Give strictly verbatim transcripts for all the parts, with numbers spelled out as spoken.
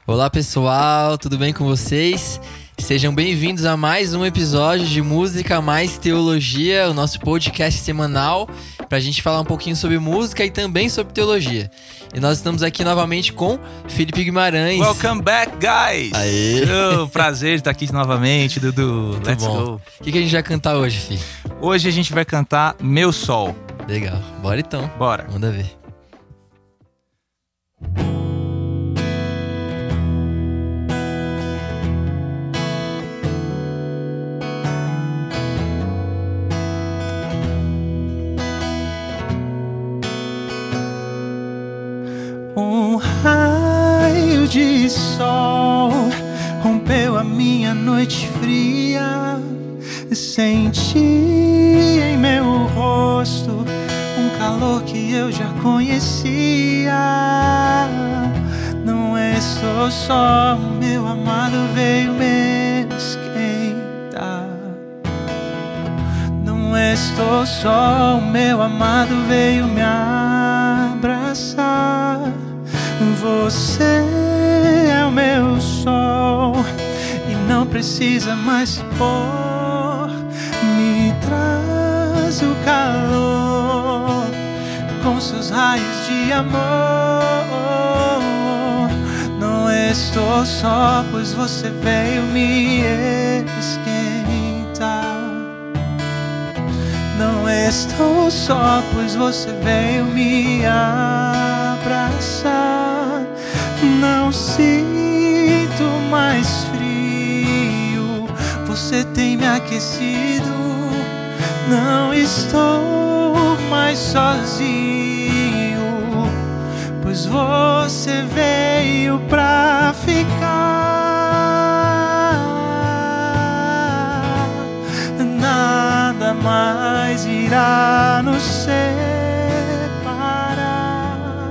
Olá pessoal, tudo bem com vocês? Sejam bem-vindos a mais um episódio de Música Mais Teologia, o nosso podcast semanal pra gente falar um pouquinho sobre música e também sobre teologia. E nós estamos aqui novamente com Felipe Guimarães. Welcome back, guys! Aê! Oh, prazer de estar aqui novamente, Dudu. Muito Let's bom. go! O que, que a gente vai cantar hoje, Fih? Hoje a gente vai cantar Meu Sol. Legal, bora então. Bora! Manda ver. Um raio de sol rompeu a minha noite fria. Senti em meu rosto um calor que eu já conhecia. Não estou só, meu amado veio me esquentar. Não estou só, meu amado veio me abraçar. Você é o meu sol e não precisa mais se pôr. Me traz o calor com seus raios de amor. Não estou só, pois você veio me esquentar. Não estou só, pois você veio me abraçar. Não sinto mais frio, você tem me aquecido. Não estou mais sozinho, pois você veio pra ficar. Nada mais irá nos separar.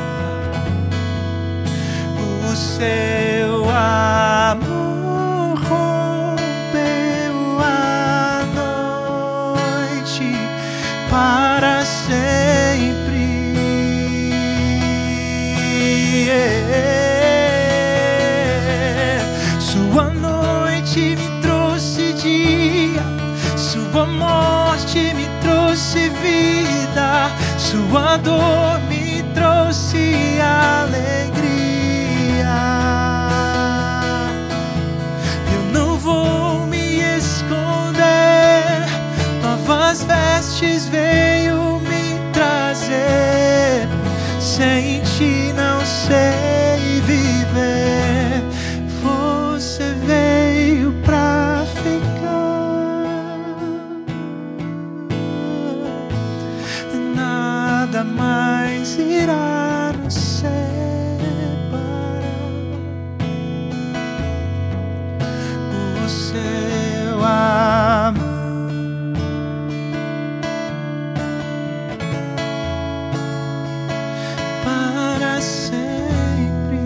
O seu amor rompeu a noite para sempre. Sua noite me trouxe dia, sua morte me trouxe vida, sua dor me trouxe alegria. Eu não vou me esconder, novas vestes veio me trazer. Sem ti não sei viver, você veio pra ficar. Nada mais irá nos separar. O seu amor para sempre.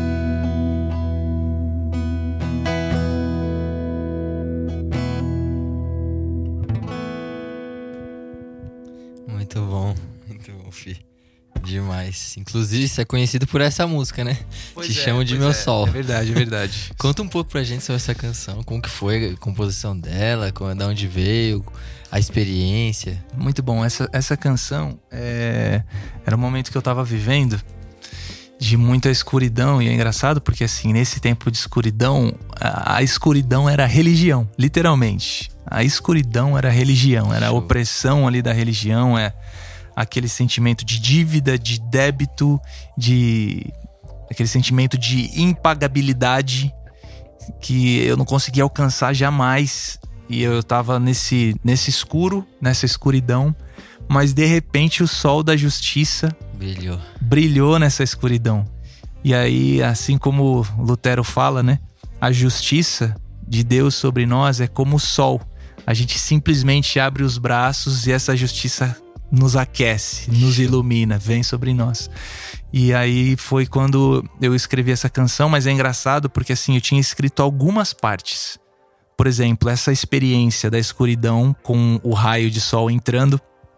Muito bom, muito bom, Fih. Demais. Inclusive, você é conhecido por essa música, né? Pois Te é, chamam de pois Meu é, Sol. É verdade, é verdade. Conta um pouco pra gente sobre essa canção. Como que foi a composição dela, como- de onde veio, a experiência. Muito bom, essa, essa canção é, era um momento que eu tava vivendo de muita escuridão. E é engraçado porque assim, nesse tempo de escuridão, a, a escuridão era a religião, literalmente. A escuridão era a religião, era a Show. opressão ali da religião, é aquele sentimento de dívida, de débito, de aquele sentimento de impagabilidade que eu não conseguia alcançar jamais. E eu tava nesse, nesse escuro, nessa escuridão, mas de repente o sol da justiça Brilhou. brilhou nessa escuridão. E aí, assim como Lutero fala, né? A justiça de Deus sobre nós é como o sol. A gente simplesmente abre os braços e essa justiça nos aquece, nos ilumina, vem sobre nós. E aí foi quando eu escrevi essa canção, mas é engraçado porque assim, eu tinha escrito algumas partes. Por exemplo, essa experiência da escuridão com o raio de sol entrando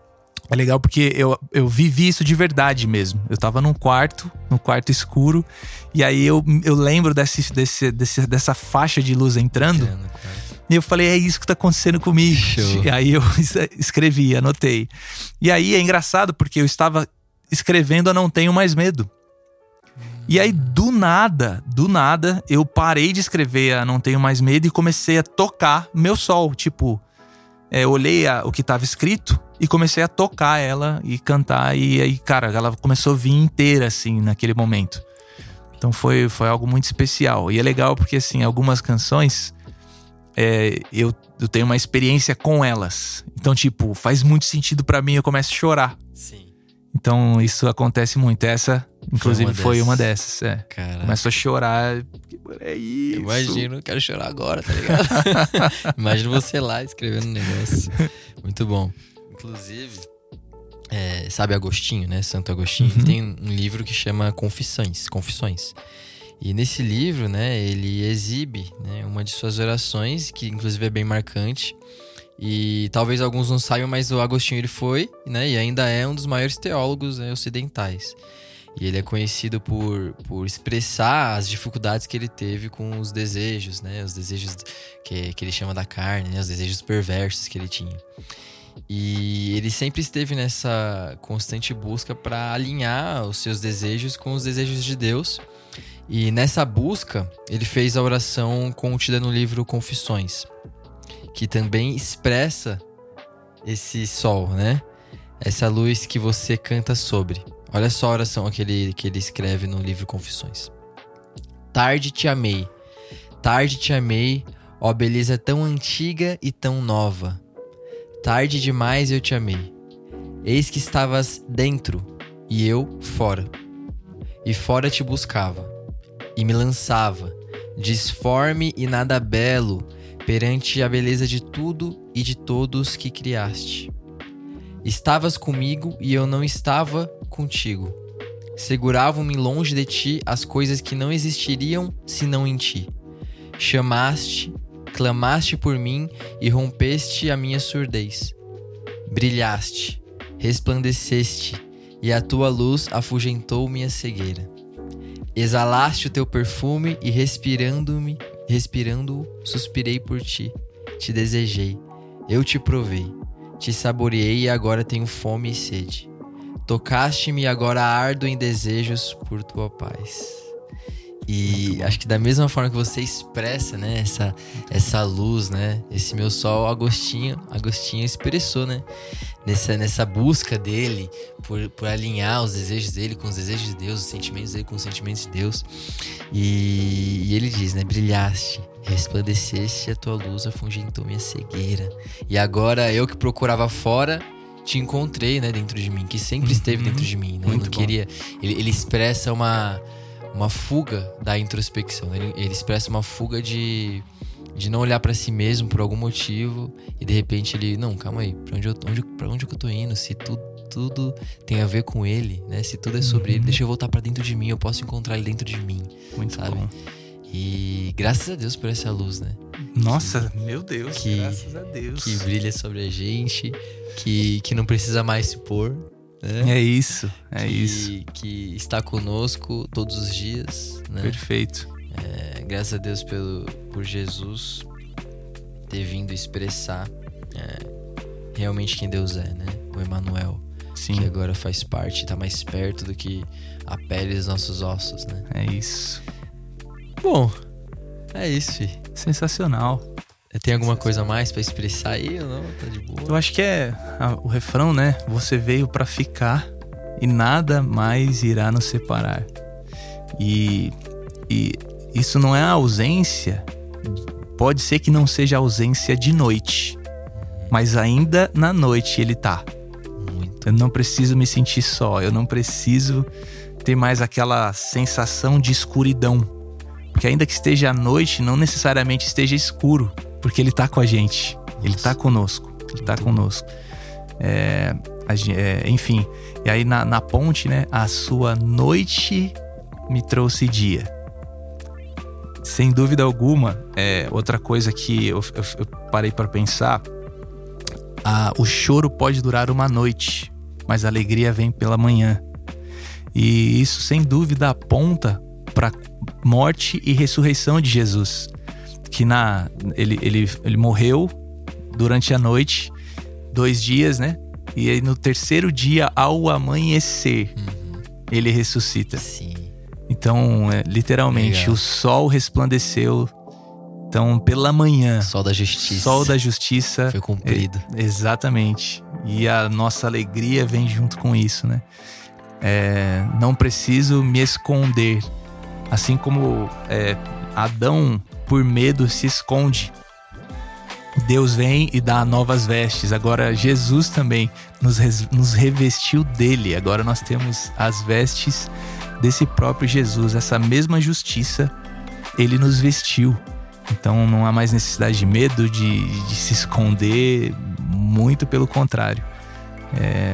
É legal porque eu, eu vivi isso de verdade mesmo. Eu tava num quarto, num quarto escuro. E aí eu, eu lembro desse, desse, desse, dessa faixa de luz entrando. Entrando, E eu falei, é isso que tá acontecendo comigo. Show. E aí eu escrevi, anotei. E aí é engraçado porque eu estava escrevendo a Não Tenho Mais Medo. E aí do nada, do nada, eu parei de escrever a Não Tenho Mais Medo e comecei a tocar Meu Sol. Tipo, é, eu olhei a, o que estava escrito e comecei a tocar ela e cantar. E aí, cara, ela começou a vir inteira, assim, naquele momento. Então foi, foi algo muito especial. E é legal porque, assim, algumas canções... É, eu, eu tenho uma experiência com elas. Então, tipo, faz muito sentido pra mim, eu começo a chorar. Sim. Então, isso acontece muito. Essa, inclusive, foi uma, uma dessas. É. Caraca. Começo a chorar. É isso. Imagino, quero chorar agora, tá ligado? Imagino você lá escrevendo um negócio. Muito bom. Inclusive, é, sabe Agostinho, né? Santo Agostinho. Uhum. Tem um livro que chama Confissões. Confissões. E nesse livro, né, ele exibe, né, uma de suas orações, que inclusive é bem marcante. E talvez alguns não saibam, mas o Agostinho ele foi, né, e ainda é um dos maiores teólogos, né, ocidentais. E ele é conhecido por, por expressar as dificuldades que ele teve com os desejos, né, os desejos que, que ele chama da carne, né, os desejos perversos que ele tinha. E ele sempre esteve nessa constante busca para alinhar os seus desejos com os desejos de Deus. E nessa busca, ele fez a oração contida no livro Confissões, que também expressa esse sol, né? Essa luz que você canta sobre. Olha só a oração que ele, que ele escreve no livro Confissões. Tarde te amei, tarde te amei, ó beleza tão antiga e tão nova. Tarde demais eu te amei. Eis que estavas dentro e eu fora. E fora te buscava. E me lançava, disforme e nada belo, perante a beleza de tudo e de todos que criaste. Estavas comigo e eu não estava contigo. Seguravam-me longe de ti as coisas que não existiriam senão em ti. Chamaste, clamaste por mim e rompeste a minha surdez. Brilhaste, resplandeceste, e a tua luz afugentou minha cegueira. Exalaste o teu perfume e respirando-me, respirando-o, suspirei por ti. Te desejei, eu te provei, te saboreei e agora tenho fome e sede. Tocaste-me e agora ardo em desejos por tua paz. E acho que da mesma forma que você expressa, né, essa, essa luz, né, esse meu sol, Agostinho, Agostinho expressou, né, nessa, nessa busca dele por, por alinhar os desejos dele com os desejos de Deus, os sentimentos dele com os sentimentos de Deus. E, e ele diz, né, brilhaste, resplandeceste, a tua luz afugentou minha cegueira. E agora eu que procurava fora, te encontrei, né, dentro de mim, que sempre uhum. esteve dentro de mim, né, eu não queria... Ele, ele expressa uma... uma fuga da introspecção. Ele, ele expressa uma fuga de, de não olhar pra si mesmo por algum motivo e de repente ele, não, calma aí, pra onde eu, onde, pra onde que eu tô indo? Se tudo, tudo tem a ver com ele, né? Se tudo é sobre uhum. ele, deixa eu voltar pra dentro de mim, eu posso encontrar ele dentro de mim. Muito sabe? Bom. E graças a Deus por essa luz, né? Nossa, que, meu Deus, que, graças a Deus. Que brilha sobre a gente, que, que não precisa mais se pôr. Né? É isso, é que, isso. Que está conosco todos os dias, né? Perfeito. É, graças a Deus pelo, por Jesus ter vindo expressar é, realmente quem Deus é, né? O Emmanuel. Sim. Que agora faz parte, está mais perto do que a pele dos nossos ossos, né? É isso. Bom, é isso, filho. Sensacional. Tem alguma coisa a mais pra expressar aí ou não? Tá de boa? Eu acho que é a, o refrão, né? Você veio pra ficar e nada mais irá nos separar. E, e isso não é a ausência. Pode ser que não seja a ausência de noite, mas ainda na noite ele tá. Muito. Eu não preciso me sentir só. Eu não preciso ter mais aquela sensação de escuridão. Porque ainda que esteja à noite, não necessariamente esteja escuro. Porque ele tá com a gente. Ele tá conosco. Ele tá conosco. É, é, enfim. E aí na, na ponte, né? A sua noite me trouxe dia. Sem dúvida alguma, é, outra coisa que eu, eu, eu parei para pensar. A, o choro pode durar uma noite. mas a alegria vem pela manhã. E isso, sem dúvida, aponta para morte e ressurreição de Jesus. Que na, ele, ele, ele morreu durante a noite, dois dias, né? E aí no terceiro dia, ao amanhecer, uhum. ele ressuscita. Sim. Então, é, literalmente, Legal. O sol resplandeceu. Então, pela manhã, Sol da justiça. Sol da justiça foi cumprido. É, exatamente. E a nossa alegria vem junto com isso, né? É, não preciso me esconder. Assim como é, Adão, por medo, se esconde. Deus vem e dá novas vestes. Agora, Jesus também nos, res, nos revestiu dele. Agora nós temos as vestes desse próprio Jesus. Essa mesma justiça, ele nos vestiu. Então não há mais necessidade de medo, de, de se esconder, muito pelo contrário. É,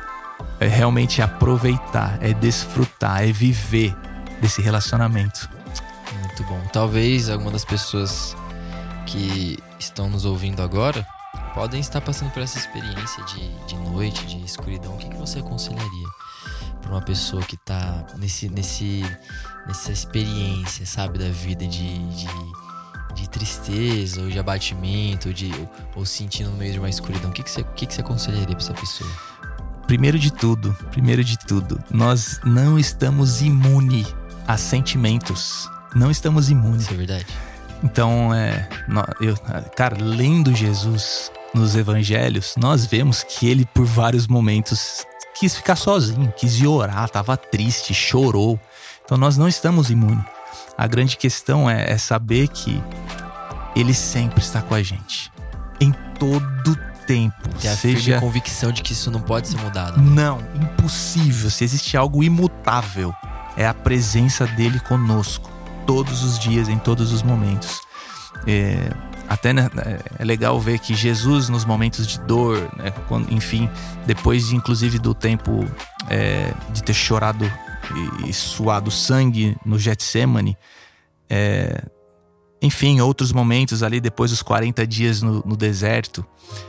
é realmente aproveitar, é desfrutar, é viver desse relacionamento. Muito bom. Talvez alguma das pessoas que estão nos ouvindo agora podem estar passando por essa experiência de, de noite, de escuridão. O que, que você aconselharia para uma pessoa que está nesse, nesse, nessa experiência, sabe, da vida de... de de tristeza, ou de abatimento, ou, de, ou, ou sentindo no meio de uma escuridão, o que, que, você, o que, que você aconselharia para essa pessoa? Primeiro de tudo, primeiro de tudo, nós não estamos imunes a sentimentos. Não estamos imunes. Isso é verdade. Então, é, eu, cara, lendo Jesus nos evangelhos, nós vemos que ele, por vários momentos, quis ficar sozinho, quis ir orar, tava triste, chorou. Então, nós não estamos imunes. A grande questão é, é saber que ele sempre está com a gente. Em todo tempo. Ter a seja... firme convicção de que isso não pode ser mudado. Né? Não, impossível. Se existe algo imutável, é a presença dele conosco. Todos os dias, em todos os momentos. É, até né, é legal ver que Jesus, nos momentos de dor, né, quando, enfim, depois de, inclusive do tempo é, de ter chorado e suado sangue no Getsemane, é, enfim, outros momentos ali depois dos quarenta dias no, no deserto,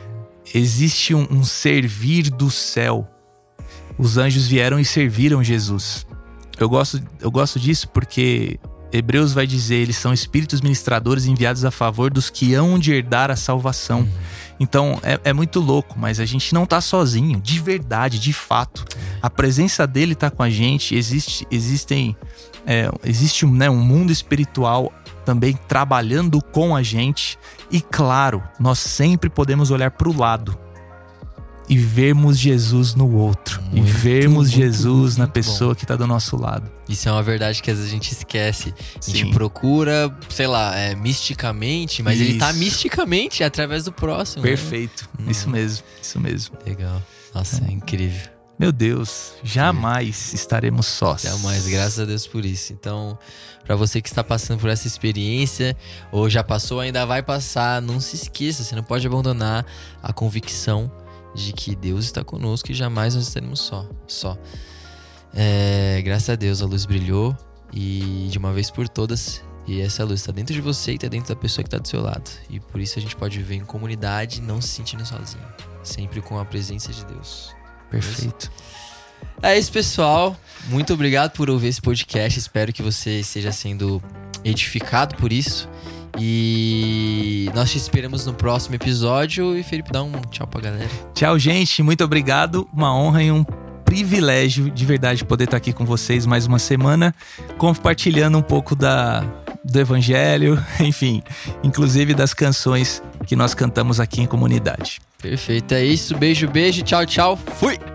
existe um, um servir do céu. Os anjos vieram e serviram Jesus. Eu gosto, eu gosto disso porque Hebreus vai dizer, eles são espíritos ministradores enviados a favor dos que hão de herdar a salvação. Uhum. Então é, é muito louco, mas a gente não tá sozinho, de verdade, de fato. A presença dele tá com a gente, existe, existem, é, existe né, um mundo espiritual também trabalhando com a gente. E claro, nós sempre podemos olhar para o lado e vermos Jesus no outro. Muito, e vermos muito, Jesus muito, na pessoa bom. Que tá do nosso lado. Isso é uma verdade que às vezes a gente esquece. A gente Sim. procura, sei lá, é, misticamente, mas isso. ele tá misticamente através do próximo. Perfeito. Né? Isso hum. mesmo, isso mesmo. Legal. Nossa, é, é incrível. Meu Deus, jamais é. estaremos sós. Jamais, graças a Deus por isso. Então, pra você que está passando por essa experiência, ou já passou, ainda vai passar, não se esqueça, você não pode abandonar a convicção de que Deus está conosco e jamais nós estaremos só. só. É, graças a Deus a luz brilhou e de uma vez por todas, e essa luz está dentro de você e está dentro da pessoa que está do seu lado. E por isso a gente pode viver em comunidade, não se sentindo sozinho, sempre com a presença de Deus. Perfeito. É isso, pessoal. Muito obrigado por ouvir esse podcast. Espero que você esteja sendo edificado por isso. E nós te esperamos no próximo episódio. E Felipe, dá um tchau pra galera. Tchau, gente. Muito obrigado. Uma honra e um privilégio de verdade poder estar aqui com vocês mais uma semana, compartilhando um pouco da, do evangelho, enfim, inclusive das canções que nós cantamos aqui em comunidade. Perfeito, é isso. Beijo, beijo. Tchau, tchau. Fui!